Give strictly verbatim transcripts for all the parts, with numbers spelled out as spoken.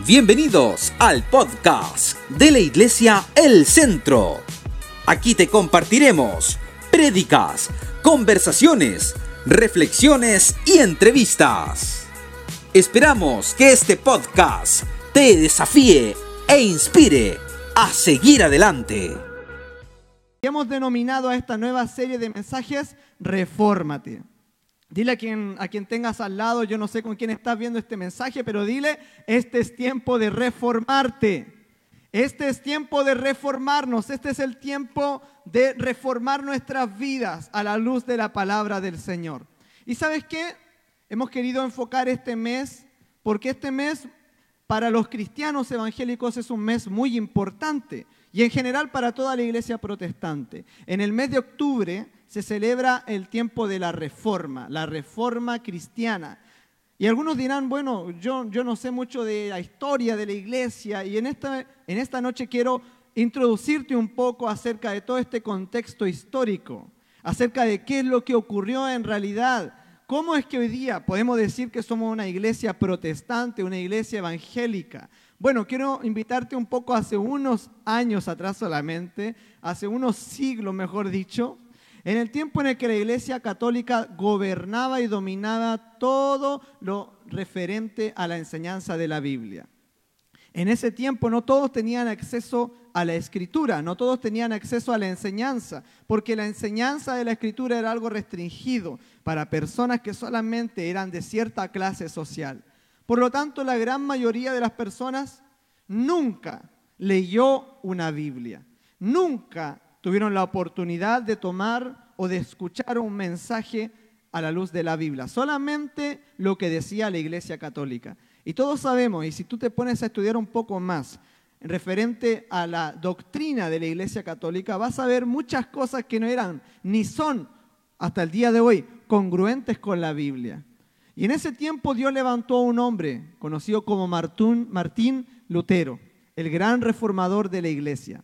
Bienvenidos al podcast de la Iglesia El Centro. Aquí te compartiremos prédicas, conversaciones, reflexiones y entrevistas. Esperamos que este podcast te desafíe e inspire a seguir adelante. Hemos denominado a esta nueva serie de mensajes Refórmate. Dile a quien, a quien tengas al lado, yo no sé con quién estás viendo este mensaje, pero dile, este es tiempo de reformarte. Este es tiempo de reformarnos. Este es el tiempo de reformar nuestras vidas a la luz de la palabra del Señor. ¿Y sabes qué? Hemos querido enfocar este mes, porque este mes para los cristianos evangélicos es un mes muy importante y en general para toda la iglesia protestante. En el mes de octubre se celebra el tiempo de la reforma, la reforma cristiana. Y algunos dirán, bueno, yo, yo no sé mucho de la historia de la iglesia y en esta, en esta noche quiero introducirte un poco acerca de todo este contexto histórico, acerca de qué es lo que ocurrió en realidad. ¿Cómo es que hoy día podemos decir que somos una iglesia protestante, una iglesia evangélica? Bueno, quiero invitarte un poco hace unos años atrás solamente, hace unos siglos mejor dicho, en el tiempo en el que la Iglesia Católica gobernaba y dominaba todo lo referente a la enseñanza de la Biblia. En ese tiempo no todos tenían acceso a la Escritura, no todos tenían acceso a la enseñanza, porque la enseñanza de la Escritura era algo restringido para personas que solamente eran de cierta clase social. Por lo tanto, la gran mayoría de las personas nunca leyó una Biblia, nunca tuvieron la oportunidad de tomar o de escuchar un mensaje a la luz de la Biblia, solamente lo que decía la Iglesia Católica. Y todos sabemos, y si tú te pones a estudiar un poco más referente a la doctrina de la Iglesia Católica, vas a ver muchas cosas que no eran ni son hasta el día de hoy congruentes con la Biblia. Y en ese tiempo Dios levantó a un hombre conocido como Martín, Martín Lutero, el gran reformador de la Iglesia.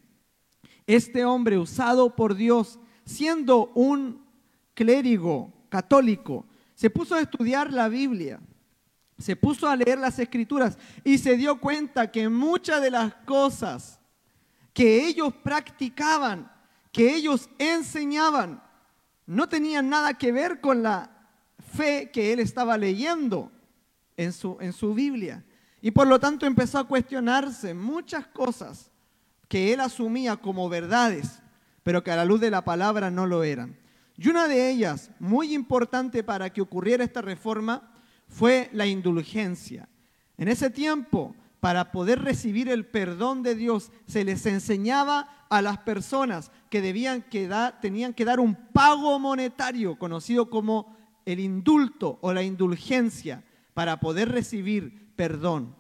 Este hombre usado por Dios, siendo un clérigo católico, se puso a estudiar la Biblia, se puso a leer las Escrituras y se dio cuenta que muchas de las cosas que ellos practicaban, que ellos enseñaban, no tenían nada que ver con la fe que él estaba leyendo en su, en su Biblia. Y por lo tanto empezó a cuestionarse muchas cosas que él asumía como verdades, pero que a la luz de la palabra no lo eran. Y una de ellas, muy importante para que ocurriera esta reforma, fue la indulgencia. En ese tiempo, para poder recibir el perdón de Dios, se les enseñaba a las personas que debían que dar, tenían que dar un pago monetario, conocido como el indulto o la indulgencia, para poder recibir perdón.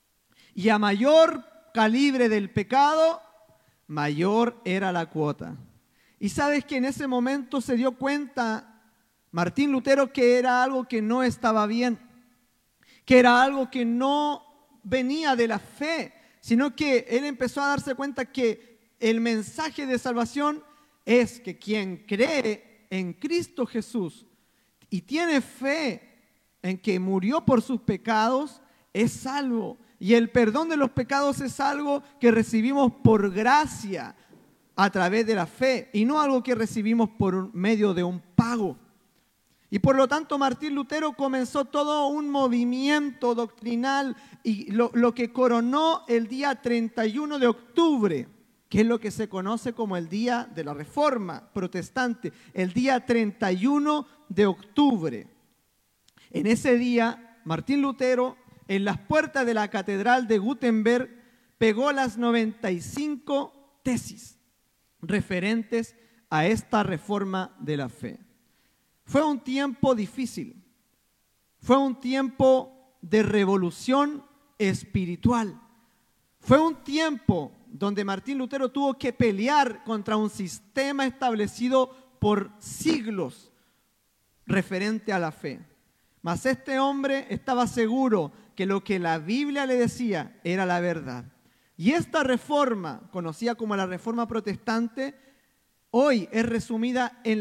Y a mayor calibre del pecado, mayor era la cuota. Y sabes que en ese momento se dio cuenta Martín Lutero que era algo que no estaba bien, que era algo que no venía de la fe, sino que él empezó a darse cuenta que el mensaje de salvación es que quien cree en Cristo Jesús y tiene fe en que murió por sus pecados, es salvo. Y el perdón de los pecados es algo que recibimos por gracia a través de la fe y no algo que recibimos por medio de un pago. Y por lo tanto Martín Lutero comenzó todo un movimiento doctrinal y lo, lo que coronó el día treinta y uno de octubre, que es lo que se conoce como el día de la Reforma Protestante, el día treinta y uno de octubre. En ese día Martín Lutero, en las puertas de la Catedral de Gutenberg, pegó las noventa y cinco tesis referentes a esta reforma de la fe. Fue un tiempo difícil, fue un tiempo de revolución espiritual, fue un tiempo donde Martín Lutero tuvo que pelear contra un sistema establecido por siglos referente a la fe. Mas este hombre estaba seguro que lo que la Biblia le decía era la verdad. Y esta reforma, conocida como la Reforma Protestante, hoy es resumida en las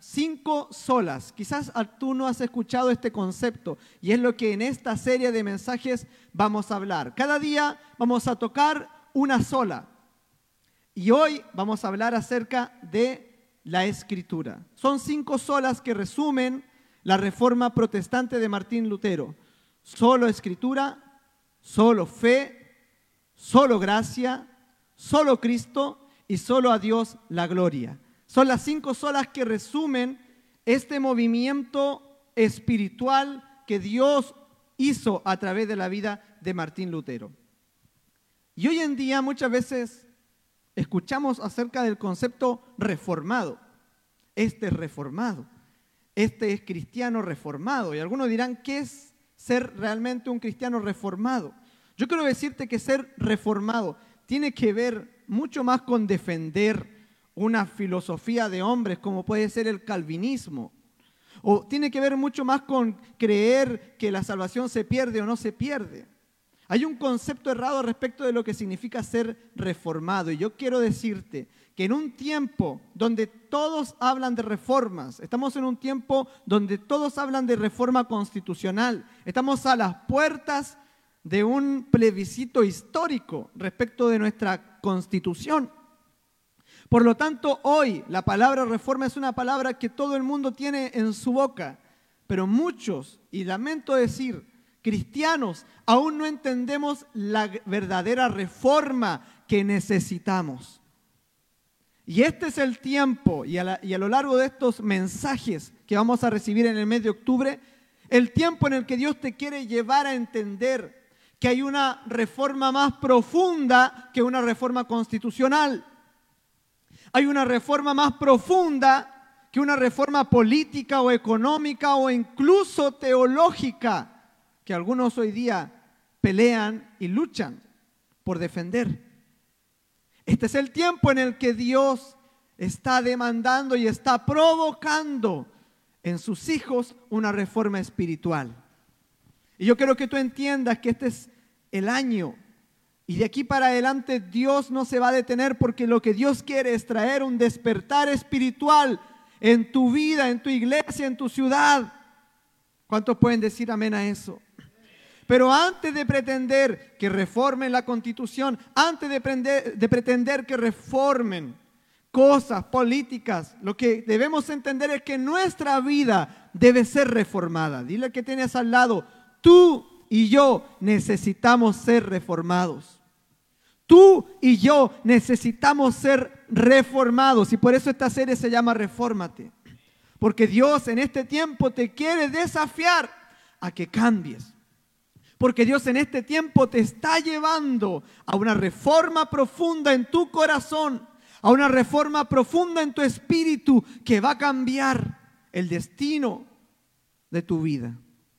cinco solas. Quizás tú no has escuchado este concepto y es lo que en esta serie de mensajes vamos a hablar. Cada día vamos a tocar una sola y hoy vamos a hablar acerca de la Escritura. Son cinco solas que resumen la reforma protestante de Martín Lutero. Solo Escritura, solo fe, solo gracia, solo Cristo y solo a Dios la gloria. Son las cinco solas que resumen este movimiento espiritual que Dios hizo a través de la vida de Martín Lutero. Y hoy en día muchas veces escuchamos acerca del concepto reformado. Este es reformado, este es cristiano reformado. Y algunos dirán, ¿qué es ser realmente un cristiano reformado? Yo quiero decirte que ser reformado tiene que ver mucho más con defender una filosofía de hombres como puede ser el calvinismo, o tiene que ver mucho más con creer que la salvación se pierde o no se pierde. Hay un concepto errado respecto de lo que significa ser reformado, y yo quiero decirte que en un tiempo donde todos hablan de reformas, estamos en un tiempo donde todos hablan de reforma constitucional, estamos a las puertas de un plebiscito histórico respecto de nuestra Constitución. Por lo tanto, hoy la palabra reforma es una palabra que todo el mundo tiene en su boca, pero muchos, y lamento decir, cristianos, aún no entendemos la verdadera reforma que necesitamos. Y este es el tiempo, y a, la, y a lo largo de estos mensajes que vamos a recibir en el mes de octubre, el tiempo en el que Dios te quiere llevar a entender que hay una reforma más profunda que una reforma constitucional. Hay una reforma más profunda que una reforma política o económica o incluso teológica que algunos hoy día pelean y luchan por defender. Este es el tiempo en el que Dios está demandando y está provocando en sus hijos una reforma espiritual. Y yo quiero que tú entiendas que este es el año. Y de aquí para adelante Dios no se va a detener, porque lo que Dios quiere es traer un despertar espiritual en tu vida, en tu iglesia, en tu ciudad. ¿Cuántos pueden decir amén a eso? Pero antes de pretender que reformen la Constitución, antes de, prender, de pretender que reformen cosas políticas, lo que debemos entender es que nuestra vida debe ser reformada. Dile al que tienes al lado, tú y yo necesitamos ser reformados. Tú y yo necesitamos ser reformados y por eso esta serie se llama Refórmate. Porque Dios en este tiempo te quiere desafiar a que cambies. Porque Dios en este tiempo te está llevando a una reforma profunda en tu corazón, a una reforma profunda en tu espíritu que va a cambiar el destino de tu vida.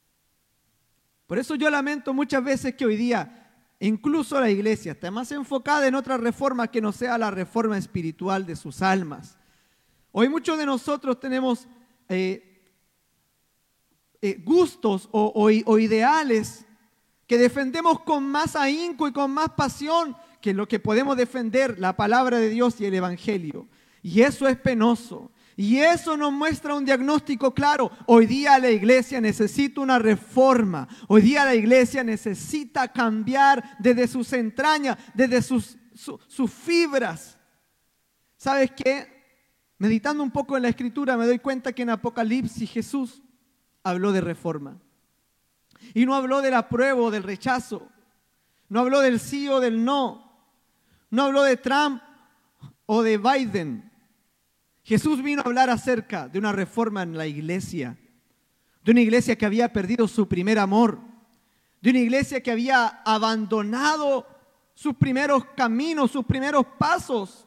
Por eso yo lamento muchas veces que hoy día incluso la iglesia está más enfocada en otra reforma que no sea la reforma espiritual de sus almas. Hoy muchos de nosotros tenemos eh, eh, gustos o, o, o ideales que defendemos con más ahínco y con más pasión que lo que podemos defender la palabra de Dios y el Evangelio. Y eso es penoso. Y eso nos muestra un diagnóstico claro. Hoy día la iglesia necesita una reforma. Hoy día la iglesia necesita cambiar desde sus entrañas, desde sus, su, sus fibras. ¿Sabes qué? Meditando un poco en la Escritura me doy cuenta que en Apocalipsis Jesús habló de reforma. Y no habló del apruebo o del rechazo. No habló del sí o del no. No habló de Trump o de Biden. Jesús vino a hablar acerca de una reforma en la iglesia, de una iglesia que había perdido su primer amor, de una iglesia que había abandonado sus primeros caminos, sus primeros pasos.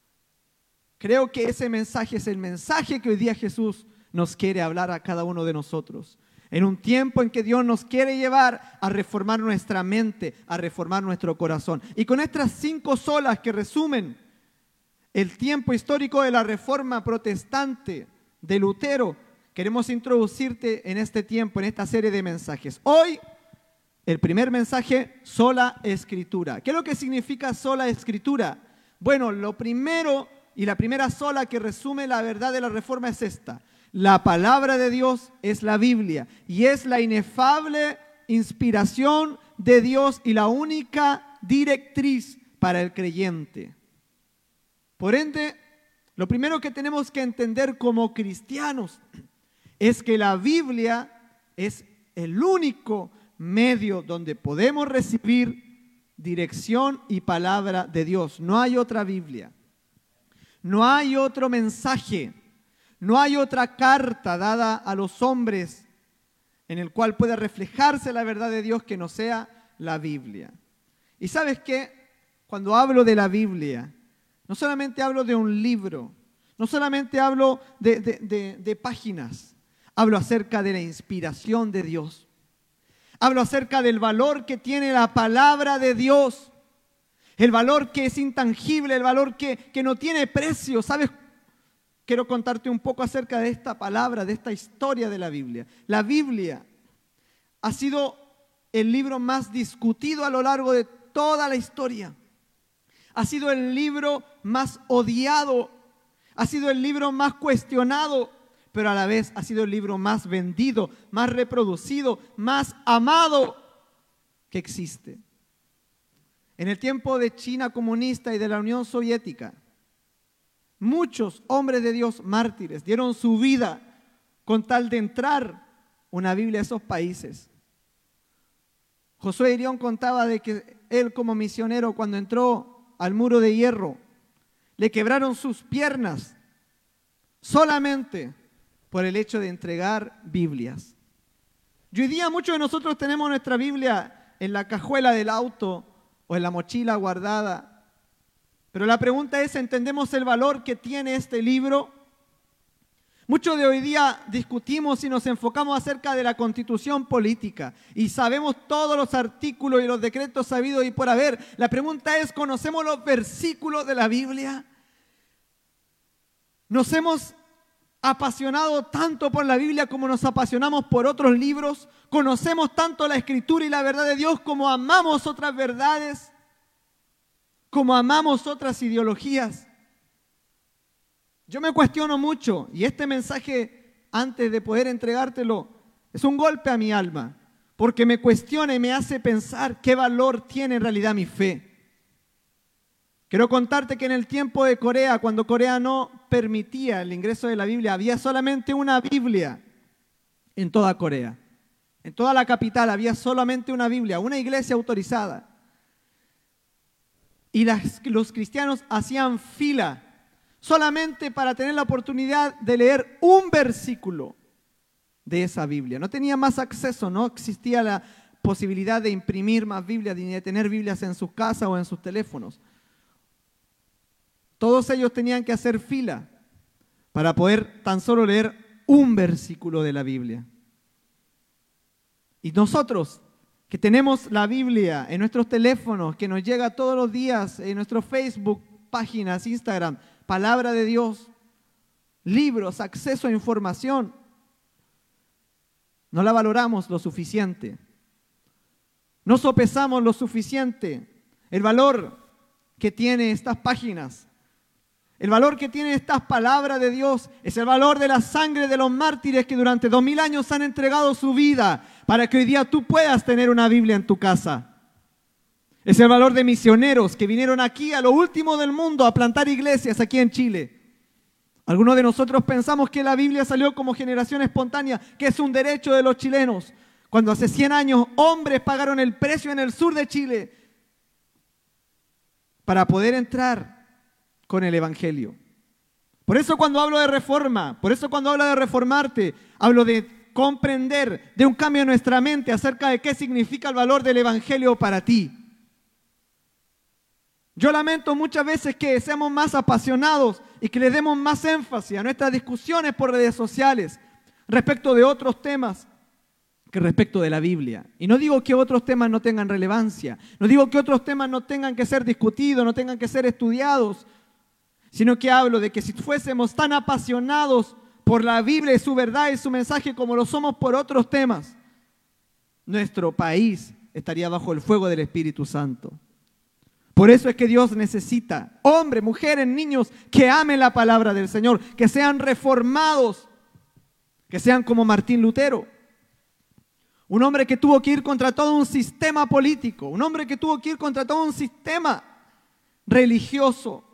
Creo que ese mensaje es el mensaje que hoy día Jesús nos quiere hablar a cada uno de nosotros. En un tiempo en que Dios nos quiere llevar a reformar nuestra mente, a reformar nuestro corazón. Y con estas cinco solas que resumen el tiempo histórico de la reforma protestante de Lutero, queremos introducirte en este tiempo, en esta serie de mensajes. Hoy, el primer mensaje, sola escritura. ¿Qué es lo que significa sola escritura? Bueno, lo primero y la primera sola que resume la verdad de la Reforma es esta: la palabra de Dios es la Biblia y es la inefable inspiración de Dios y la única directriz para el creyente. Por ende, lo primero que tenemos que entender como cristianos es que la Biblia es el único medio donde podemos recibir dirección y palabra de Dios. No hay otra Biblia, no hay otro mensaje, no hay otra carta dada a los hombres en el cual pueda reflejarse la verdad de Dios que no sea la Biblia. Y ¿sabes qué? Cuando hablo de la Biblia, no solamente hablo de un libro, no solamente hablo de, de, de, de páginas, hablo acerca de la inspiración de Dios. Hablo acerca del valor que tiene la palabra de Dios, el valor que es intangible, el valor que, que no tiene precio. ¿Sabes? Quiero contarte un poco acerca de esta palabra, de esta historia de la Biblia. La Biblia ha sido el libro más discutido a lo largo de toda la historia. Ha sido el libro más odiado, ha sido el libro más cuestionado, pero a la vez ha sido el libro más vendido, más reproducido, más amado que existe. En el tiempo de China comunista y de la Unión Soviética, muchos hombres de Dios mártires dieron su vida con tal de entrar una Biblia a esos países. Josué Irión contaba de que él como misionero, cuando entró al muro de hierro, le quebraron sus piernas solamente por el hecho de entregar Biblias. Y hoy día muchos de nosotros tenemos nuestra Biblia en la cajuela del auto o en la mochila guardada. Pero la pregunta es, ¿entendemos el valor que tiene este libro? Muchos de hoy día discutimos y nos enfocamos acerca de la Constitución política y sabemos todos los artículos y los decretos sabidos y por haber. La pregunta es, ¿conocemos los versículos de la Biblia? ¿Nos hemos apasionado tanto por la Biblia como nos apasionamos por otros libros? ¿Conocemos tanto la Escritura y la verdad de Dios como amamos otras verdades? ¿Como amamos otras ideologías? Yo me cuestiono mucho y este mensaje, antes de poder entregártelo, es un golpe a mi alma, porque me cuestiona y me hace pensar qué valor tiene en realidad mi fe. Quiero contarte que en el tiempo de Corea, cuando Corea no permitía el ingreso de la Biblia, había solamente una Biblia en toda Corea. En toda la capital había solamente una Biblia, una iglesia autorizada. Y las, los cristianos hacían fila solamente para tener la oportunidad de leer un versículo de esa Biblia. No tenía más acceso, no existía la posibilidad de imprimir más Biblias ni de tener Biblias en sus casas o en sus teléfonos. Todos ellos tenían que hacer fila para poder tan solo leer un versículo de la Biblia. Y nosotros, que tenemos la Biblia en nuestros teléfonos, que nos llega todos los días en nuestro Facebook, páginas, Instagram, palabra de Dios, libros, acceso a información, no la valoramos lo suficiente. No sopesamos lo suficiente el valor que tiene estas páginas. El valor que tienen estas palabras de Dios es el valor de la sangre de los mártires que durante dos mil años han entregado su vida para que hoy día tú puedas tener una Biblia en tu casa. Es el valor de misioneros que vinieron aquí a lo último del mundo a plantar iglesias aquí en Chile. Algunos de nosotros pensamos que la Biblia salió como generación espontánea, que es un derecho de los chilenos, cuando hace cien años hombres pagaron el precio en el sur de Chile para poder entrar con el Evangelio. Por eso cuando hablo de reforma, por eso cuando hablo de reformarte, hablo de comprender, de un cambio en nuestra mente acerca de qué significa el valor del Evangelio para ti. Yo lamento muchas veces que seamos más apasionados y que le demos más énfasis a nuestras discusiones por redes sociales respecto de otros temas que respecto de la Biblia. Y no digo que otros temas no tengan relevancia, no digo que otros temas no tengan que ser discutidos, no tengan que ser estudiados, sino que hablo de que si fuésemos tan apasionados por la Biblia y su verdad y su mensaje como lo somos por otros temas, nuestro país estaría bajo el fuego del Espíritu Santo. Por eso es que Dios necesita hombres, mujeres, niños que amen la palabra del Señor, que sean reformados, que sean como Martín Lutero. Un hombre que tuvo que ir contra todo un sistema político, un hombre que tuvo que ir contra todo un sistema religioso,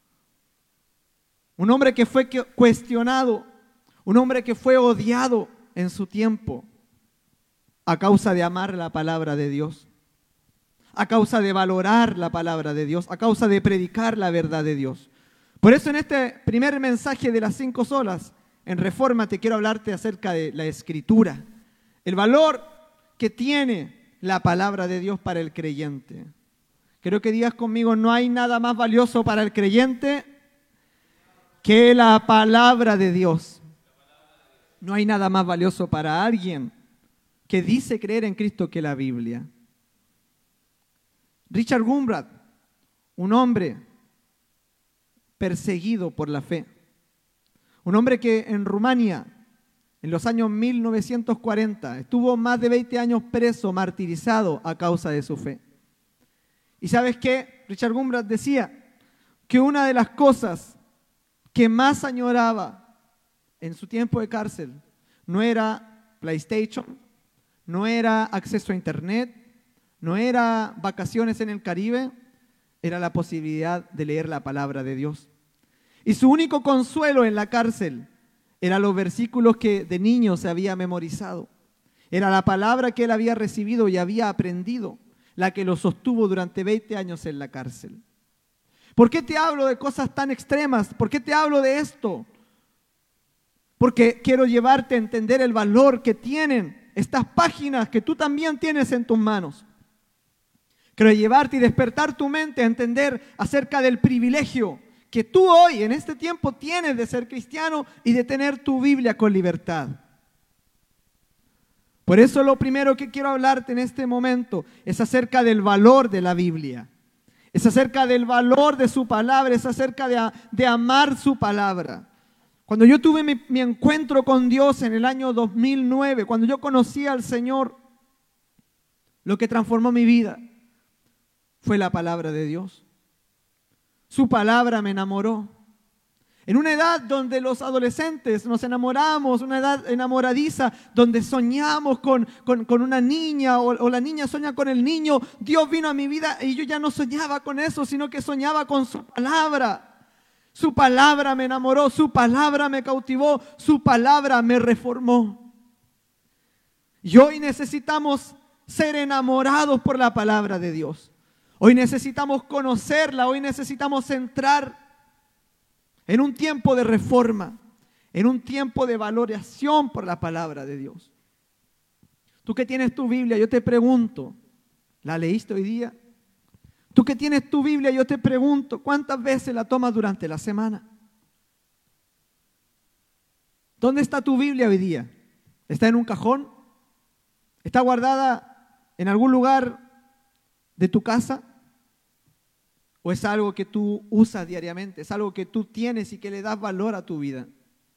un hombre que fue cuestionado, un hombre que fue odiado en su tiempo a causa de amar la palabra de Dios, a causa de valorar la palabra de Dios, a causa de predicar la verdad de Dios. Por eso en este primer mensaje de las cinco solas, en Reforma, te quiero hablarte acerca de la Escritura, el valor que tiene la palabra de Dios para el creyente. Quiero que digas conmigo, no hay nada más valioso para el creyente que la palabra de Dios. No hay nada más valioso para alguien que dice creer en Cristo que la Biblia. Richard Wurmbrand, un hombre perseguido por la fe, un hombre que en Rumania, en los años mil novecientos cuarenta, estuvo más de veinte años preso, martirizado a causa de su fe. ¿Y sabes qué? Richard Wurmbrand decía que una de las cosas que más añoraba en su tiempo de cárcel no era PlayStation, no era acceso a Internet, no era vacaciones en el Caribe, era la posibilidad de leer la palabra de Dios. Y su único consuelo en la cárcel eran los versículos que de niño se había memorizado. Era la palabra que él había recibido y había aprendido, la que lo sostuvo durante veinte años en la cárcel. ¿Por qué te hablo de cosas tan extremas? ¿Por qué te hablo de esto? Porque quiero llevarte a entender el valor que tienen estas páginas que tú también tienes en tus manos. Quiero llevarte y despertar tu mente a entender acerca del privilegio que tú hoy, en este tiempo, tienes de ser cristiano y de tener tu Biblia con libertad. Por eso lo primero que quiero hablarte en este momento es acerca del valor de la Biblia. Es acerca del valor de su palabra, es acerca de, de amar su palabra. Cuando yo tuve mi, mi encuentro con Dios en el año dos mil nueve, cuando yo conocí al Señor, lo que transformó mi vida fue la palabra de Dios. Su palabra me enamoró. En una edad donde los adolescentes nos enamoramos, una edad enamoradiza, donde soñamos con, con, con una niña o, o la niña sueña con el niño, Dios vino a mi vida y yo ya no soñaba con eso, sino que soñaba con su palabra. Su palabra me enamoró, su palabra me cautivó, su palabra me reformó. Y hoy necesitamos ser enamorados por la palabra de Dios. Hoy necesitamos conocerla, hoy necesitamos entrar en un tiempo de reforma, en un tiempo de valoración por la palabra de Dios. Tú que tienes tu Biblia, yo te pregunto, ¿la leíste hoy día? Tú que tienes tu Biblia, yo te pregunto, ¿cuántas veces la tomas durante la semana? ¿Dónde está tu Biblia hoy día? ¿Está en un cajón? ¿Está guardada en algún lugar de tu casa? ¿O es algo que tú usas diariamente? ¿Es algo que tú tienes y que le das valor a tu vida?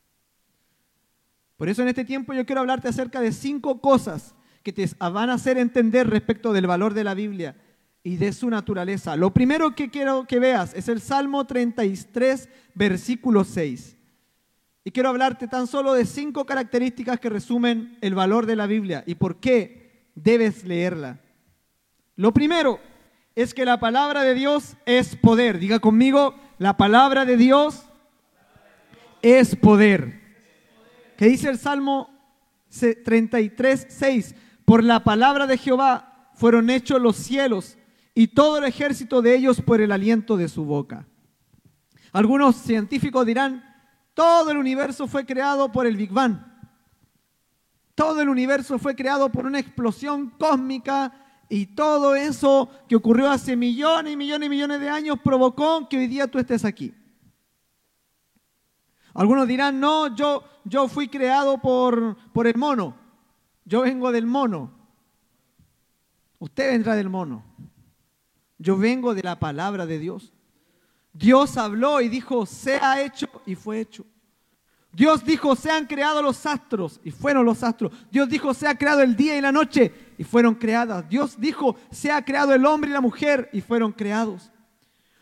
Por eso en este tiempo yo quiero hablarte acerca de cinco cosas que te van a hacer entender respecto del valor de la Biblia y de su naturaleza. Lo primero que quiero que veas es el Salmo treinta y tres, versículo seis. Y quiero hablarte tan solo de cinco características que resumen el valor de la Biblia y por qué debes leerla. Lo primero es que la palabra de Dios es poder. Diga conmigo, la palabra de Dios es poder. ¿Qué dice el Salmo treinta y tres, seis? Por la palabra de Jehová fueron hechos los cielos y todo el ejército de ellos por el aliento de su boca. Algunos científicos dirán, todo el universo fue creado por el Big Bang. Todo el universo fue creado por una explosión cósmica. Y todo eso que ocurrió hace millones y millones y millones de años provocó que hoy día tú estés aquí. Algunos dirán, no, yo, yo fui creado por, por el mono. Yo vengo del mono. Usted vendrá del mono. Yo vengo de la palabra de Dios. Dios habló y dijo, sea hecho, y fue hecho. Dios dijo, sean creados los astros, y fueron los astros. Dios dijo, sea creado el día y la noche, y fueron creadas. Dios dijo, sea creado el hombre y la mujer, y fueron creados.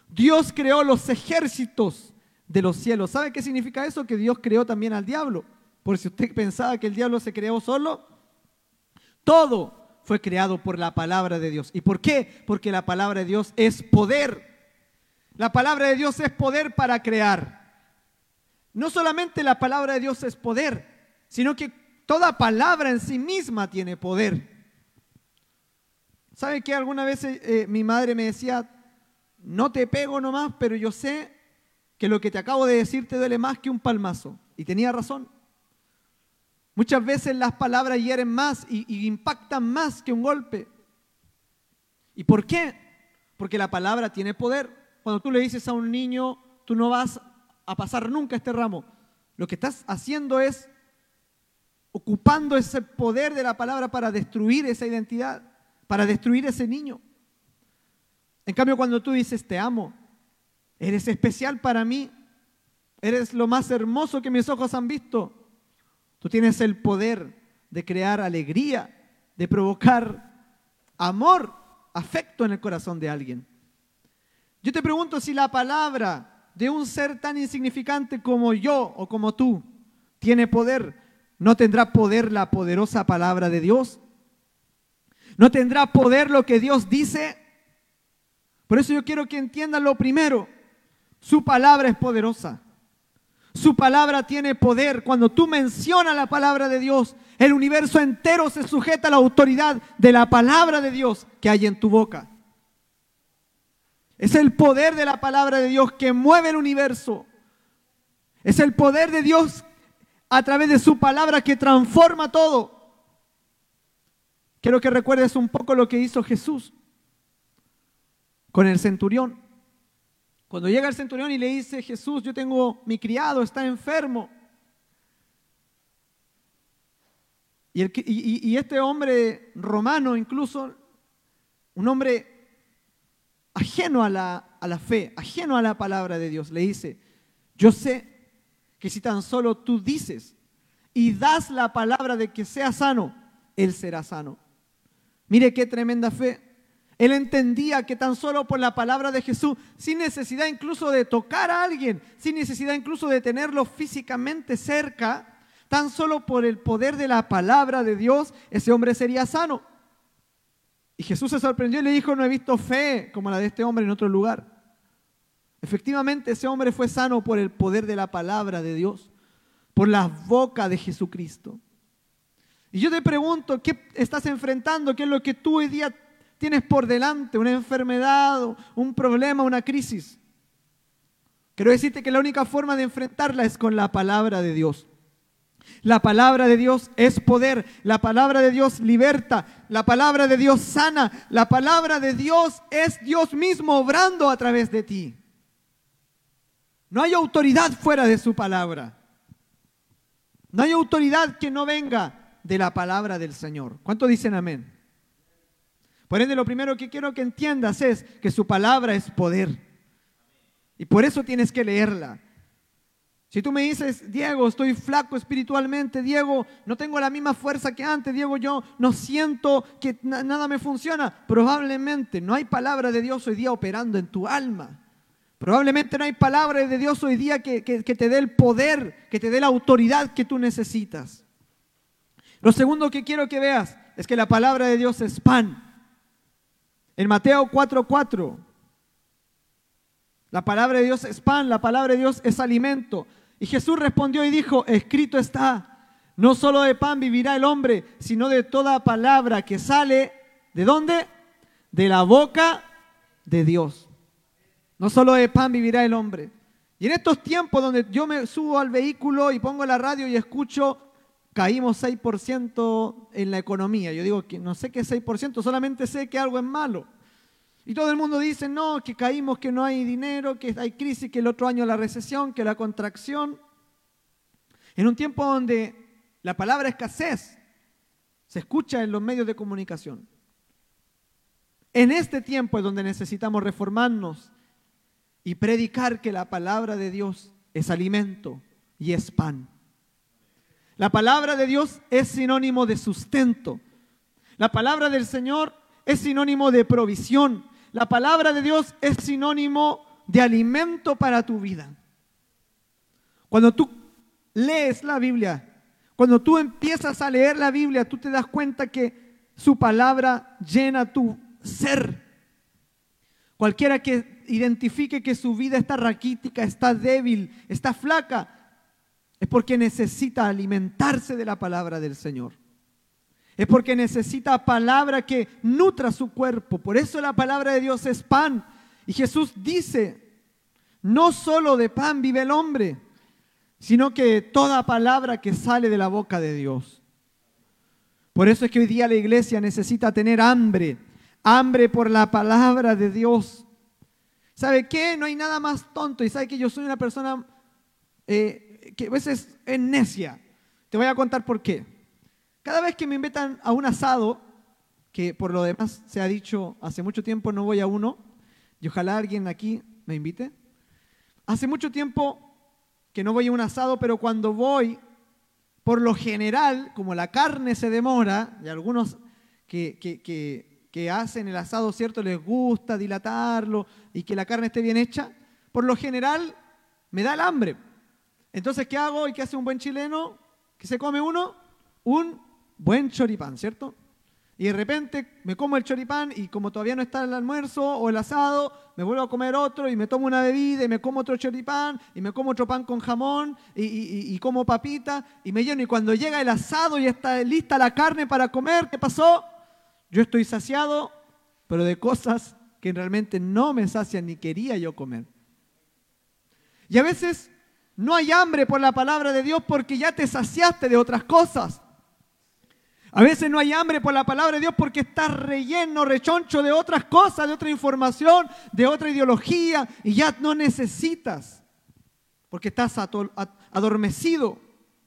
Dios creó los ejércitos de los cielos. ¿Sabe qué significa eso? Que Dios creó también al diablo. Por si usted pensaba que el diablo se creó solo, todo fue creado por la palabra de Dios. ¿Y por qué? Porque la palabra de Dios es poder. La palabra de Dios es poder para crear. No solamente la palabra de Dios es poder, sino que toda palabra en sí misma tiene poder. ¿Sabe qué? Alguna vez eh, mi madre me decía, no te pego nomás, pero yo sé que lo que te acabo de decir te duele más que un palmazo. Y tenía razón. Muchas veces las palabras hieren más y, y impactan más que un golpe. ¿Y por qué? Porque la palabra tiene poder. Cuando tú le dices a un niño, tú no vas a pasar nunca este ramo, lo que estás haciendo es ocupando ese poder de la palabra para destruir esa identidad, para destruir ese niño. En cambio, cuando tú dices, te amo, eres especial para mí, eres lo más hermoso que mis ojos han visto, tú tienes el poder de crear alegría, de provocar amor, afecto en el corazón de alguien. Yo te pregunto si la palabra de un ser tan insignificante como yo o como tú tiene poder, ¿no tendrá poder la poderosa palabra de Dios? ¿No tendrá poder lo que Dios dice? Por eso yo quiero que entiendan lo primero. Su palabra es poderosa. Su palabra tiene poder. Cuando tú mencionas la palabra de Dios, el universo entero se sujeta a la autoridad de la palabra de Dios que hay en tu boca. Es el poder de la palabra de Dios que mueve el universo. Es el poder de Dios a través de su palabra que transforma todo. Quiero que recuerdes un poco lo que hizo Jesús con el centurión. Cuando llega el centurión y le dice, Jesús, yo tengo mi criado, está enfermo. Y, el, y, y este hombre romano, incluso, un hombre ajeno a la, a la fe, ajeno a la palabra de Dios, le dice, yo sé que si tan solo tú dices y das la palabra de que sea sano, él será sano. Mire qué tremenda fe. Él entendía que tan solo por la palabra de Jesús, sin necesidad incluso de tocar a alguien, sin necesidad incluso de tenerlo físicamente cerca, tan solo por el poder de la palabra de Dios, ese hombre sería sano. Y Jesús se sorprendió y le dijo, no he visto fe como la de este hombre en otro lugar. Efectivamente, ese hombre fue sano por el poder de la palabra de Dios, por la boca de Jesucristo. Y yo te pregunto, ¿qué estás enfrentando? ¿Qué es lo que tú hoy día tienes por delante? ¿Una enfermedad, un problema, una crisis? Quiero decirte que la única forma de enfrentarla es con la palabra de Dios. La palabra de Dios es poder, la palabra de Dios liberta, la palabra de Dios sana, la palabra de Dios es Dios mismo obrando a través de ti. No hay autoridad fuera de su palabra. No hay autoridad que no venga de la palabra del Señor. ¿Cuántos dicen amén? Por ende, lo primero que quiero que entiendas es que su palabra es poder. Y por eso tienes que leerla. Si tú me dices, Diego, estoy flaco espiritualmente, Diego, no tengo la misma fuerza que antes, Diego, yo no siento que na- nada me funciona, probablemente no hay palabra de Dios hoy día operando en tu alma. Probablemente no hay palabra de Dios hoy día que, que, que te dé el poder, que te dé la autoridad que tú necesitas. Lo segundo que quiero que veas es que la palabra de Dios es pan. En Mateo cuatro cuatro, la palabra de Dios es pan, la palabra de Dios es alimento. Y Jesús respondió y dijo, escrito está, no solo de pan vivirá el hombre, sino de toda palabra que sale, ¿de dónde? De la boca de Dios. No solo de pan vivirá el hombre. Y en estos tiempos donde yo me subo al vehículo y pongo la radio y escucho, caímos seis por ciento en la economía. Yo digo que no sé qué es seis por ciento, solamente sé que algo es malo. Y todo el mundo dice, no, que caímos, que no hay dinero, que hay crisis, que el otro año la recesión, que la contracción. En un tiempo donde la palabra escasez se escucha en los medios de comunicación. En este tiempo es donde necesitamos reformarnos y predicar que la palabra de Dios es alimento y es pan. La palabra de Dios es sinónimo de sustento. La palabra del Señor es sinónimo de provisión. La palabra de Dios es sinónimo de alimento para tu vida. Cuando tú lees la Biblia, cuando tú empiezas a leer la Biblia, tú te das cuenta que su palabra llena tu ser. Cualquiera que identifique que su vida está raquítica, está débil, está flaca, es porque necesita alimentarse de la palabra del Señor. Es porque necesita palabra que nutra su cuerpo. Por eso la palabra de Dios es pan. Y Jesús dice, no solo de pan vive el hombre, sino que toda palabra que sale de la boca de Dios. Por eso es que hoy día la iglesia necesita tener hambre, hambre por la palabra de Dios. ¿Sabe qué? No hay nada más tonto. Y sabe que yo soy una persona eh, que a veces es necia. Te voy a contar por qué. Cada vez que me invitan a un asado, que por lo demás se ha dicho hace mucho tiempo no voy a uno, y ojalá alguien aquí me invite. Hace mucho tiempo que no voy a un asado, pero cuando voy, por lo general, como la carne se demora, y algunos que, que, que, que hacen el asado, ¿cierto?, les gusta dilatarlo y que la carne esté bien hecha, por lo general me da el hambre. Entonces, ¿qué hago? ¿Y qué hace un buen chileno? ¿Qué se come uno? Un buen choripán, ¿cierto? Y de repente me como el choripán y como todavía no está el almuerzo o el asado, me vuelvo a comer otro y me tomo una bebida y me como otro choripán y me como otro pan con jamón y, y, y como papita y me lleno. Y cuando llega el asado y está lista la carne para comer, ¿qué pasó? Yo estoy saciado, pero de cosas que realmente no me sacian ni quería yo comer. Y a veces no hay hambre por la palabra de Dios porque ya te saciaste de otras cosas. A veces no hay hambre por la palabra de Dios porque estás relleno, rechoncho de otras cosas, de otra información, de otra ideología y ya no necesitas porque estás adormecido.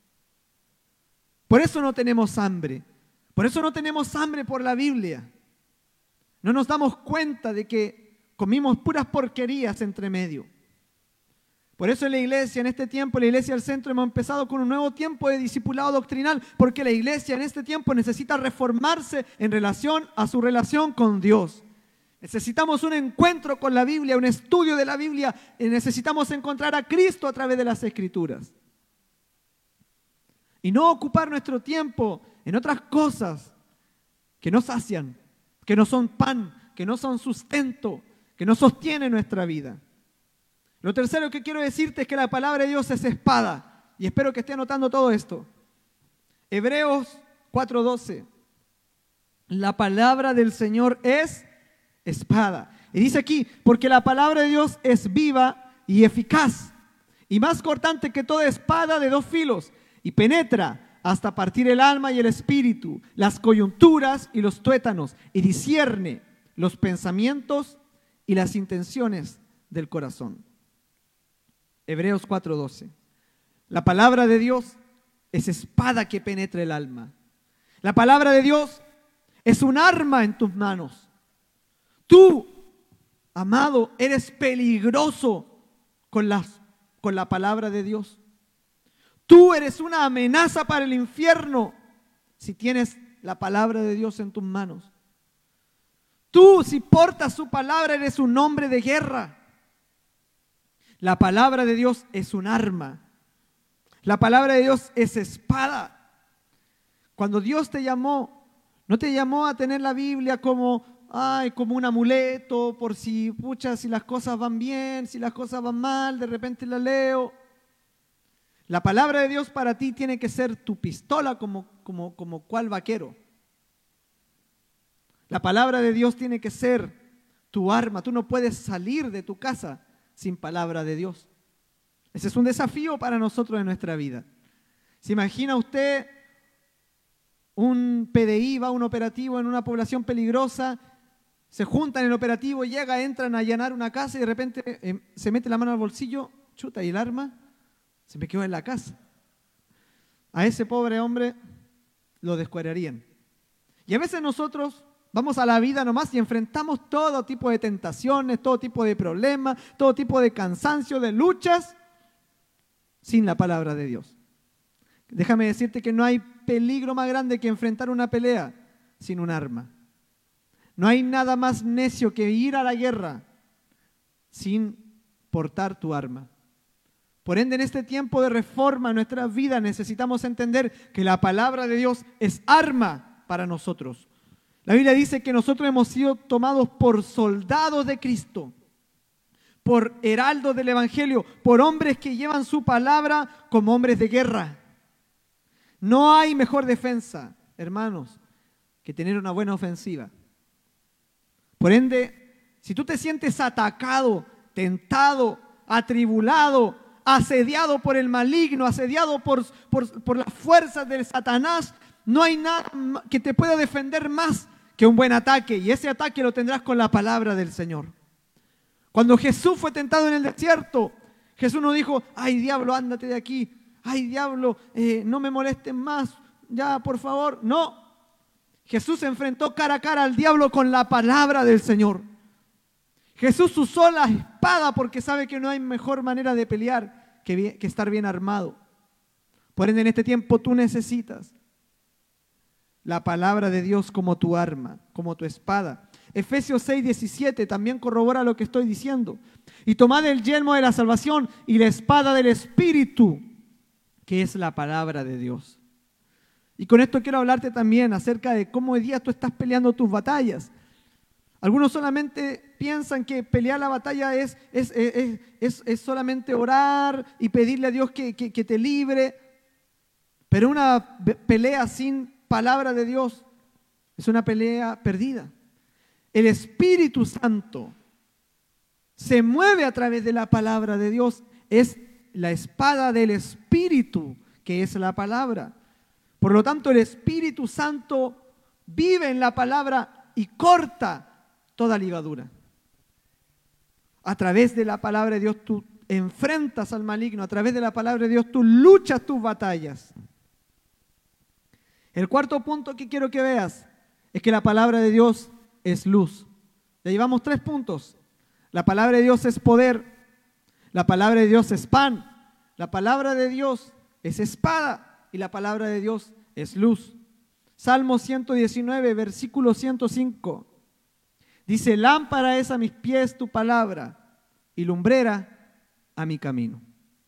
Por eso no tenemos hambre. Por eso no tenemos hambre por la Biblia. No nos damos cuenta de que comimos puras porquerías entre medio. Por eso en la iglesia, en este tiempo, la iglesia del centro, hemos empezado con un nuevo tiempo de discipulado doctrinal, porque la iglesia en este tiempo necesita reformarse en relación a su relación con Dios. Necesitamos un encuentro con la Biblia, un estudio de la Biblia, y necesitamos encontrar a Cristo a través de las Escrituras. Y no ocupar nuestro tiempo en otras cosas que no sacian, que no son pan, que no son sustento, que no sostienen nuestra vida. Lo tercero que quiero decirte es que la palabra de Dios es espada. Y espero que esté anotando todo esto. Hebreos cuatro doce. La palabra del Señor es espada. Y dice aquí, porque la palabra de Dios es viva y eficaz, y más cortante que toda espada de dos filos, y penetra hasta partir el alma y el espíritu, las coyunturas y los tuétanos, y discierne los pensamientos y las intenciones del corazón. Hebreos cuatro doce. La palabra de Dios es espada que penetra el alma. La palabra de Dios es un arma en tus manos. Tú, amado, eres peligroso con, las, con la palabra de Dios. Tú eres una amenaza para el infierno si tienes la palabra de Dios en tus manos. Tú, si portas su palabra, eres un hombre de guerra. La palabra de Dios es un arma. La palabra de Dios es espada. Cuando Dios te llamó, no te llamó a tener la Biblia como, ay, como un amuleto, por si, pucha, si las cosas van bien, si las cosas van mal, de repente la leo. La palabra de Dios para ti tiene que ser tu pistola como, como, como cual vaquero. La palabra de Dios tiene que ser tu arma. Tú no puedes salir de tu casa sin palabra de Dios. Ese es un desafío para nosotros en nuestra vida. ¿Se imagina usted un P D I, va a un operativo en una población peligrosa, se juntan en el operativo, llega, entran a allanar una casa y de repente eh, se mete la mano al bolsillo, chuta, y el arma se me quedó en la casa? A ese pobre hombre lo descuadrarían. Y a veces nosotros vamos a la vida nomás y enfrentamos todo tipo de tentaciones, todo tipo de problemas, todo tipo de cansancio, de luchas, sin la palabra de Dios. Déjame decirte que no hay peligro más grande que enfrentar una pelea sin un arma. No hay nada más necio que ir a la guerra sin portar tu arma. Por ende, en este tiempo de reforma en nuestra vida necesitamos entender que la palabra de Dios es arma para nosotros. La Biblia dice que nosotros hemos sido tomados por soldados de Cristo, por heraldos del Evangelio, por hombres que llevan su palabra como hombres de guerra. No hay mejor defensa, hermanos, que tener una buena ofensiva. Por ende, si tú te sientes atacado, tentado, atribulado, asediado por el maligno, asediado por, por, por las fuerzas del Satanás, no hay nada que te pueda defender más que un buen ataque, y ese ataque lo tendrás con la palabra del Señor. Cuando Jesús fue tentado en el desierto, Jesús no dijo, ay diablo, ándate de aquí, ay diablo, eh, no me molesten más, ya por favor. No, Jesús se enfrentó cara a cara al diablo con la palabra del Señor. Jesús usó la espada porque sabe que no hay mejor manera de pelear que, bien, que estar bien armado. Por ende, en este tiempo tú necesitas la palabra de Dios como tu arma, como tu espada. Efesios seis, diecisiete también corrobora lo que estoy diciendo. Y tomad el yelmo de la salvación y la espada del Espíritu, que es la palabra de Dios. Y con esto quiero hablarte también acerca de cómo hoy día tú estás peleando tus batallas. Algunos solamente piensan que pelear la batalla es, es, es, es, es solamente orar y pedirle a Dios que, que, que te libre. Pero una pelea sin palabra de Dios es una pelea perdida. El Espíritu Santo se mueve a través de la palabra de Dios. Es la espada del Espíritu, que es la palabra. Por lo tanto, el Espíritu Santo vive en la palabra y corta toda ligadura. A través de la palabra de Dios tú enfrentas al maligno. A través de la palabra de Dios tú luchas tus batallas. El cuarto punto que quiero que veas es que la palabra de Dios es luz. Ya llevamos tres puntos. La palabra de Dios es poder. La palabra de Dios es pan. La palabra de Dios es espada. Y la palabra de Dios es luz. Salmo ciento diecinueve, versículo ciento cinco. Dice, lámpara es a mis pies tu palabra y lumbrera a mi camino.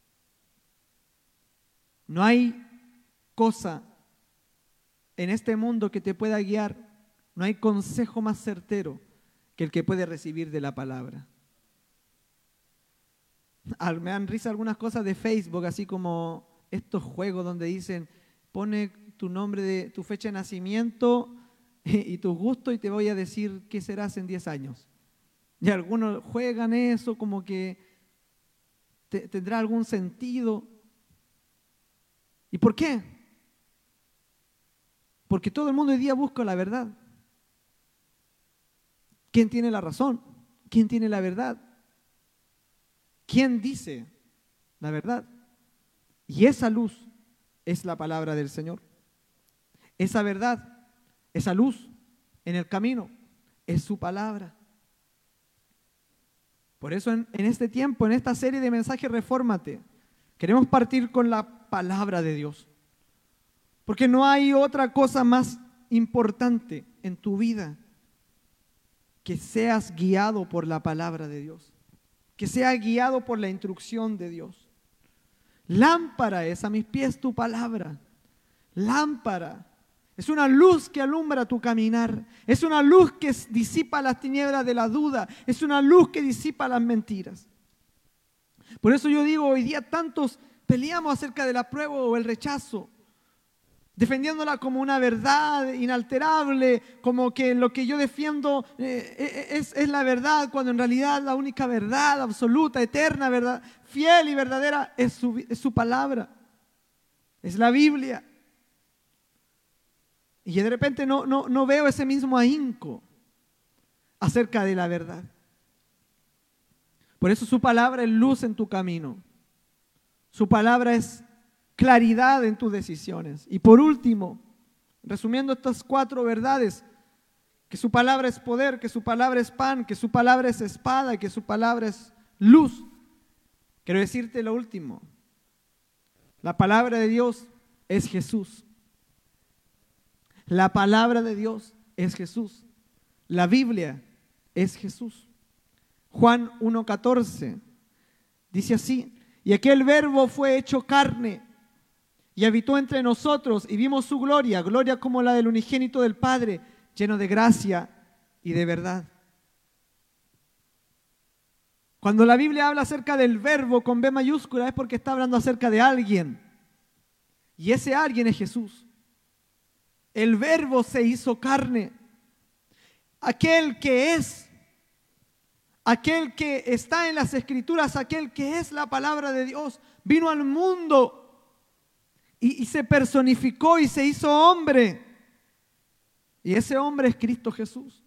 No hay cosa en este mundo que te pueda guiar, no hay consejo más certero que el que puede recibir de la palabra. Me dan risa algunas cosas de Facebook, así como estos juegos donde dicen, pone tu nombre, de tu fecha de nacimiento y tu gusto y te voy a decir qué serás en diez años. Y algunos juegan eso como que te, tendrá algún sentido. ¿Y por qué? Porque todo el mundo hoy día busca la verdad. ¿Quién tiene la razón? ¿Quién tiene la verdad? ¿Quién dice la verdad? Y esa luz es la palabra del Señor. Esa verdad, esa luz en el camino es su palabra. Por eso en, en este tiempo, en esta serie de mensajes Refórmate, queremos partir con la palabra de Dios. Porque no hay otra cosa más importante en tu vida que seas guiado por la palabra de Dios, que seas guiado por la instrucción de Dios. Lámpara es a mis pies tu palabra. Lámpara es una luz que alumbra tu caminar, es una luz que disipa las tinieblas de la duda, es una luz que disipa las mentiras. Por eso yo digo, hoy día tantos peleamos acerca del apruebo o el rechazo, defendiéndola como una verdad inalterable, como que lo que yo defiendo eh, es, es la verdad, cuando en realidad la única verdad absoluta, eterna, verdad, fiel y verdadera es su, es su palabra, es la Biblia. Y de repente no, no, no veo ese mismo ahínco acerca de la verdad. Por eso su palabra es luz en tu camino. Su palabra es claridad en tus decisiones. Y por último, resumiendo estas cuatro verdades, que su palabra es poder, que su palabra es pan, que su palabra es espada y que su palabra es luz. Quiero decirte lo último. La palabra de Dios es Jesús. La palabra de Dios es Jesús. La Biblia es Jesús. Juan uno catorce Dice así: y aquel verbo fue hecho carne y habitó entre nosotros y vimos su gloria, gloria como la del unigénito del Padre, lleno de gracia y de verdad. Cuando la Biblia habla acerca del verbo con B mayúscula es porque está hablando acerca de alguien. Y ese alguien es Jesús. El verbo se hizo carne. Aquel que es, aquel que está en las Escrituras, aquel que es la palabra de Dios, vino al mundo y, y se personificó y se hizo hombre. Y ese hombre es Cristo Jesús.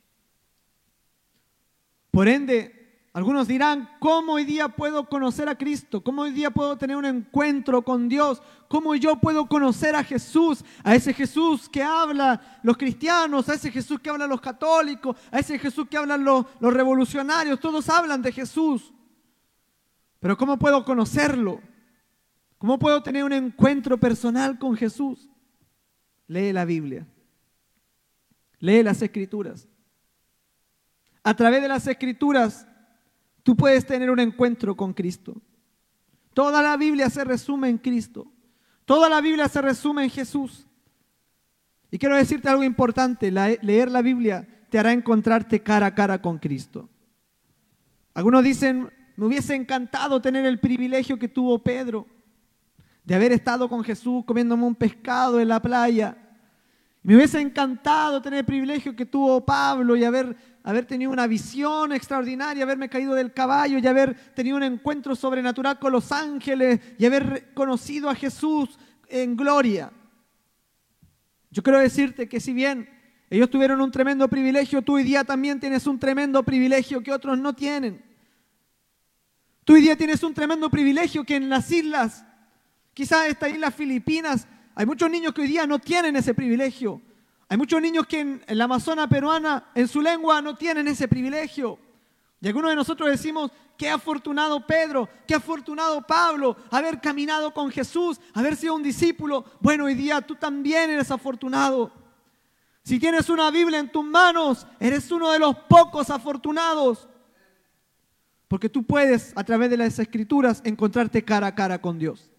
Por ende, algunos dirán: ¿cómo hoy día puedo conocer a Cristo? ¿Cómo hoy día puedo tener un encuentro con Dios? ¿Cómo yo puedo conocer a Jesús? A ese Jesús que habla los cristianos, a ese Jesús que hablan los católicos, a ese Jesús que hablan los, los revolucionarios. Todos hablan de Jesús. Pero ¿cómo puedo conocerlo? ¿Cómo puedo tener un encuentro personal con Jesús? Lee la Biblia. Lee las Escrituras. A través de las Escrituras tú puedes tener un encuentro con Cristo. Toda la Biblia se resume en Cristo. Toda la Biblia se resume en Jesús. Y quiero decirte algo importante: la, leer la Biblia te hará encontrarte cara a cara con Cristo. Algunos dicen: me hubiese encantado tener el privilegio que tuvo Pedro de haber estado con Jesús comiéndome un pescado en la playa. Me hubiese encantado tener el privilegio que tuvo Pablo y haber, haber tenido una visión extraordinaria, haberme caído del caballo y haber tenido un encuentro sobrenatural con los ángeles y haber conocido a Jesús en gloria. Yo quiero decirte que si bien ellos tuvieron un tremendo privilegio, tú hoy día también tienes un tremendo privilegio que otros no tienen. Tú hoy día tienes un tremendo privilegio que en las islas, quizás esta isla Filipinas, hay muchos niños que hoy día no tienen ese privilegio. Hay muchos niños que en, en la Amazona peruana, en su lengua, no tienen ese privilegio. Y algunos de nosotros decimos: qué afortunado Pedro, qué afortunado Pablo, haber caminado con Jesús, haber sido un discípulo. Bueno, hoy día tú también eres afortunado. Si tienes una Biblia en tus manos, eres uno de los pocos afortunados. Porque tú puedes, a través de las Escrituras, encontrarte cara a cara con Dios.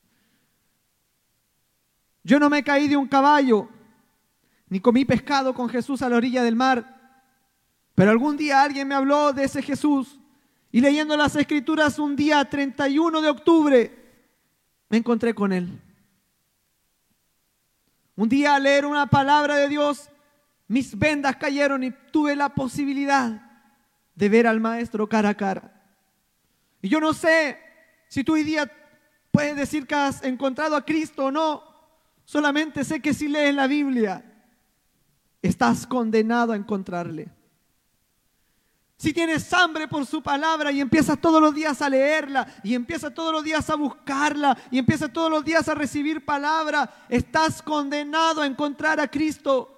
Yo no me caí de un caballo, ni comí pescado con Jesús a la orilla del mar, pero algún día alguien me habló de ese Jesús y leyendo las Escrituras un día treinta y uno de octubre me encontré con Él. Un día al leer una palabra de Dios, mis vendas cayeron y tuve la posibilidad de ver al Maestro cara a cara. Y yo no sé si tú hoy día puedes decir que has encontrado a Cristo o no. Solamente sé que si lees la Biblia, estás condenado a encontrarle. Si tienes hambre por su palabra y empiezas todos los días a leerla, y empiezas todos los días a buscarla, y empiezas todos los días a recibir palabra, estás condenado a encontrar a Cristo.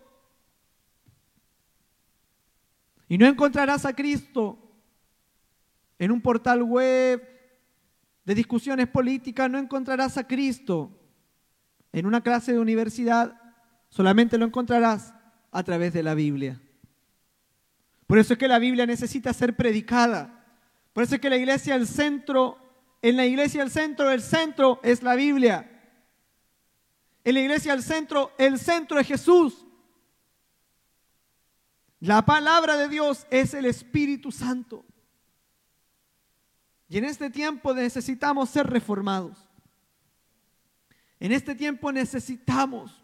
Y no encontrarás a Cristo en un portal web de discusiones políticas, no encontrarás a Cristo en una clase de universidad, solamente lo encontrarás a través de la Biblia. Por eso es que la Biblia necesita ser predicada. Por eso es que la iglesia, el centro, en la iglesia el centro, el centro es la Biblia. En la iglesia el centro, el centro es Jesús. La palabra de Dios es el Espíritu Santo. Y en este tiempo necesitamos ser reformados. En este tiempo necesitamos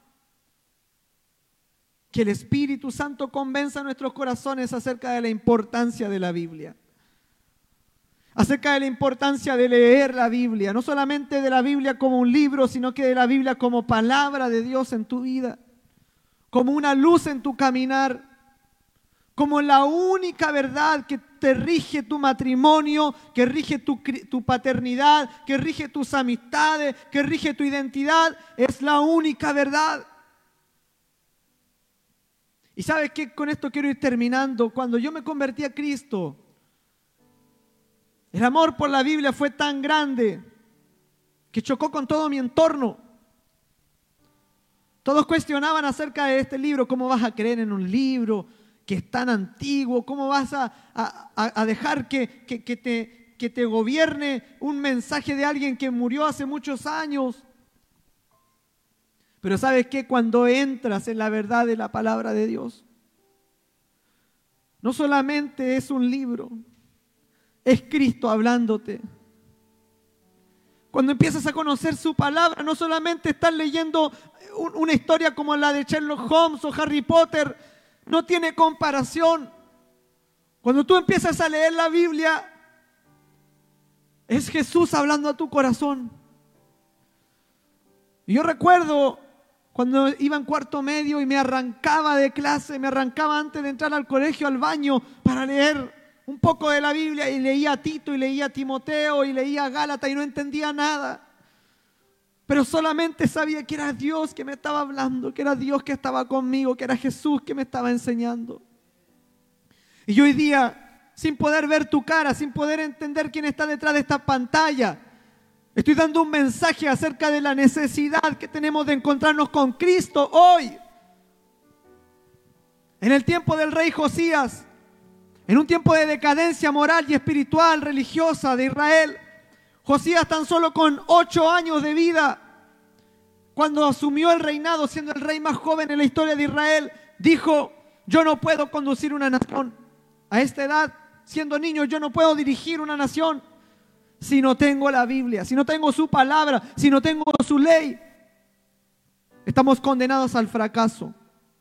que el Espíritu Santo convenza nuestros corazones acerca de la importancia de la Biblia. Acerca de la importancia de leer la Biblia. No solamente de la Biblia como un libro, sino que de la Biblia como palabra de Dios en tu vida. Como una luz en tu caminar. Como la única verdad que te rige tu matrimonio, que rige tu, tu paternidad, que rige tus amistades, que rige tu identidad, es la única verdad. Y sabes que con esto quiero ir terminando. Cuando yo me convertí a Cristo, el amor por la Biblia fue tan grande que chocó con todo mi entorno. Todos cuestionaban acerca de este libro. ¿Cómo vas a creer en un libro que es tan antiguo? ¿Cómo vas a, a, a dejar que, que, que, te, que te gobierne un mensaje de alguien que murió hace muchos años. Pero ¿sabes qué? Cuando entras en la verdad de la palabra de Dios, no solamente es un libro, es Cristo hablándote. Cuando empiezas a conocer su palabra, no solamente estás leyendo un, una historia como la de Sherlock Holmes o Harry Potter, no tiene comparación. Cuando tú empiezas a leer la Biblia, es Jesús hablando a tu corazón. Y yo recuerdo cuando iba en cuarto medio y me arrancaba de clase, me arrancaba antes de entrar al colegio, al baño, para leer un poco de la Biblia, y leía a Tito y leía a Timoteo y leía a Gálatas y no entendía nada. Pero solamente sabía que era Dios que me estaba hablando, que era Dios que estaba conmigo, que era Jesús que me estaba enseñando. Y hoy día, sin poder ver tu cara, sin poder entender quién está detrás de esta pantalla, estoy dando un mensaje acerca de la necesidad que tenemos de encontrarnos con Cristo hoy. En el tiempo del rey Josías, en un tiempo de decadencia moral y espiritual, religiosa de Israel, Josías tan solo con ocho años de vida, cuando asumió el reinado, siendo el rey más joven en la historia de Israel, dijo: yo no puedo conducir una nación. A esta edad, siendo niño, yo no puedo dirigir una nación si no tengo la Biblia, si no tengo su palabra, si no tengo su ley. Estamos condenados al fracaso.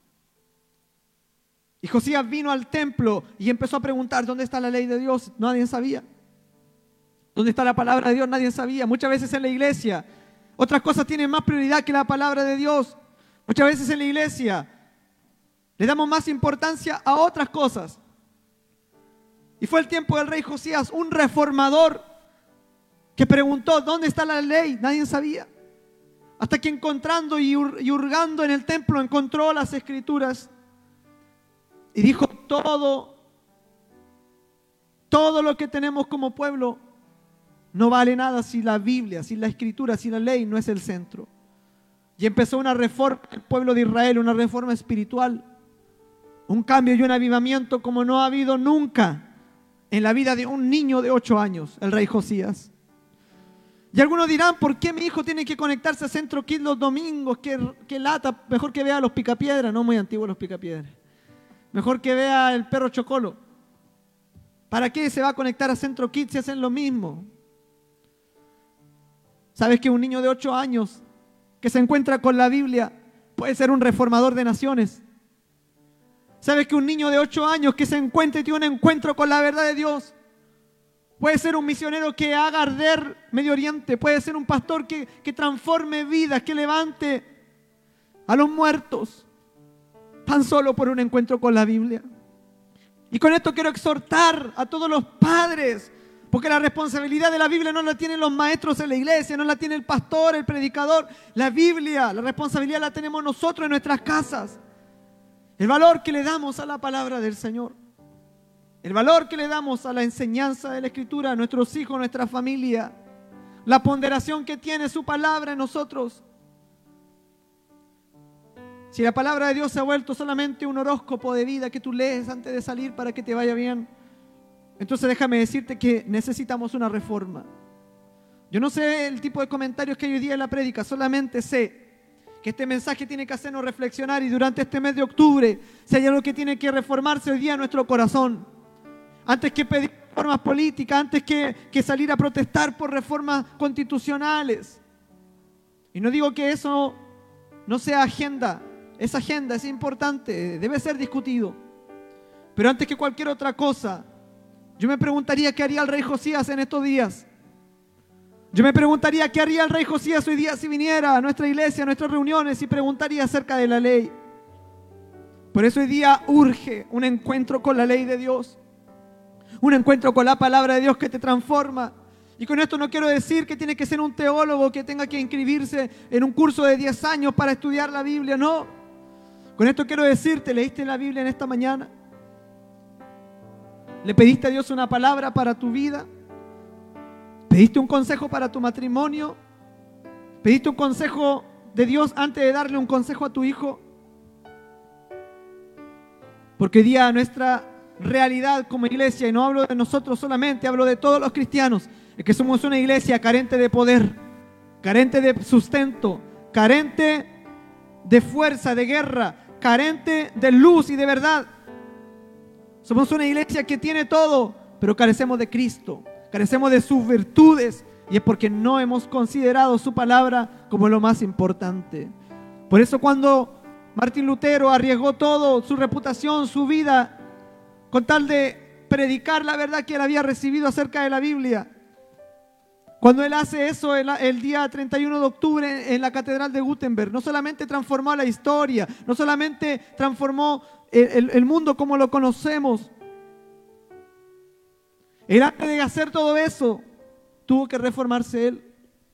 Y Josías vino al templo y empezó a preguntar: ¿dónde está la ley de Dios? Nadie sabía. ¿Dónde está la palabra de Dios? Nadie sabía. Muchas veces en la iglesia otras cosas tienen más prioridad que la palabra de Dios. Muchas veces en la iglesia le damos más importancia a otras cosas. Y fue el tiempo del rey Josías, un reformador, que preguntó: ¿dónde está la ley? Nadie sabía. Hasta que encontrando y hurgando en el templo encontró las escrituras y dijo: todo, todo lo que tenemos como pueblo no vale nada si la Biblia, si la escritura, si la ley no es el centro. Y empezó una reforma del pueblo de Israel, una reforma espiritual, un cambio y un avivamiento como no ha habido nunca en la vida de un niño de ocho años, el rey Josías. Y algunos dirán: ¿por qué mi hijo tiene que conectarse a Centro Kids los domingos? ¿Qué, qué lata? Mejor que vea los Picapiedras. No, muy antiguos los Picapiedras. Mejor que vea el Perro Chocolo. ¿Para qué se va a conectar a Centro Kids si hacen lo mismo? ¿Sabes que un niño de ocho años que se encuentra con la Biblia puede ser un reformador de naciones? ¿Sabes que un niño de ocho años que se encuentra y tiene un encuentro con la verdad de Dios puede ser un misionero que haga arder Medio Oriente? Puede ser un pastor que, que transforme vidas, que levante a los muertos, tan solo por un encuentro con la Biblia. Y con esto quiero exhortar a todos los padres, porque la responsabilidad de la Biblia no la tienen los maestros en la iglesia, no la tiene el pastor, el predicador. La Biblia, la responsabilidad la tenemos nosotros en nuestras casas. El valor que le damos a la palabra del Señor, el valor que le damos a la enseñanza de la Escritura, a nuestros hijos, a nuestra familia, la ponderación que tiene su palabra en nosotros. Si la palabra de Dios se ha vuelto solamente un horóscopo de vida que tú lees antes de salir para que te vaya bien, entonces déjame decirte que necesitamos una reforma. Yo no sé el tipo de comentarios que hay hoy día en la prédica, solamente sé que este mensaje tiene que hacernos reflexionar, y durante este mes de octubre, si hay algo que tiene que reformarse hoy día en nuestro corazón, antes que pedir reformas políticas, antes que, que salir a protestar por reformas constitucionales. Y no digo que eso no sea agenda, esa agenda es importante, debe ser discutido. Pero antes que cualquier otra cosa, yo me preguntaría qué haría el rey Josías en estos días. Yo me preguntaría qué haría el rey Josías hoy día si viniera a nuestra iglesia, a nuestras reuniones, y preguntaría acerca de la ley. Por eso hoy día urge un encuentro con la ley de Dios, un encuentro con la palabra de Dios que te transforma. Y con esto no quiero decir que tiene que ser un teólogo que tenga que inscribirse en un curso de diez años para estudiar la Biblia, no. Con esto quiero decirte: ¿leíste la Biblia en esta mañana? ¿Le pediste a Dios una palabra para tu vida? ¿Pediste un consejo para tu matrimonio? ¿Pediste un consejo de Dios antes de darle un consejo a tu hijo? Porque hoy día nuestra realidad como iglesia, y no hablo de nosotros solamente, hablo de todos los cristianos, es que somos una iglesia carente de poder, carente de sustento, carente de fuerza, de guerra, carente de luz y de verdad. Somos una iglesia que tiene todo, pero carecemos de Cristo, carecemos de sus virtudes, y es porque no hemos considerado su palabra como lo más importante. Por eso cuando Martín Lutero arriesgó todo, su reputación, su vida, con tal de predicar la verdad que él había recibido acerca de la Biblia, cuando él hace eso el, el día treinta y uno de octubre en la Catedral de Gutenberg, no solamente transformó la historia, no solamente transformó el, el, el mundo como lo conocemos. Él, antes de hacer todo eso, tuvo que reformarse él.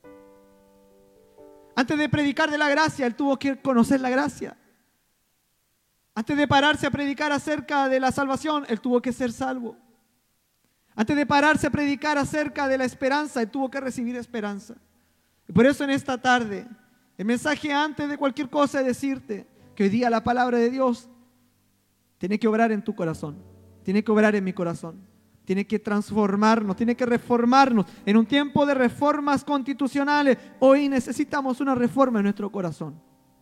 Antes de predicar de la gracia, él tuvo que conocer la gracia. Antes de pararse a predicar acerca de la salvación, él tuvo que ser salvo. Antes de pararse a predicar acerca de la esperanza, él tuvo que recibir esperanza. Y por eso en esta tarde, el mensaje antes de cualquier cosa es decirte que hoy día la palabra de Dios tiene que obrar en tu corazón, tiene que obrar en mi corazón, tiene que transformarnos, tiene que reformarnos. En un tiempo de reformas constitucionales, hoy necesitamos una reforma en nuestro corazón.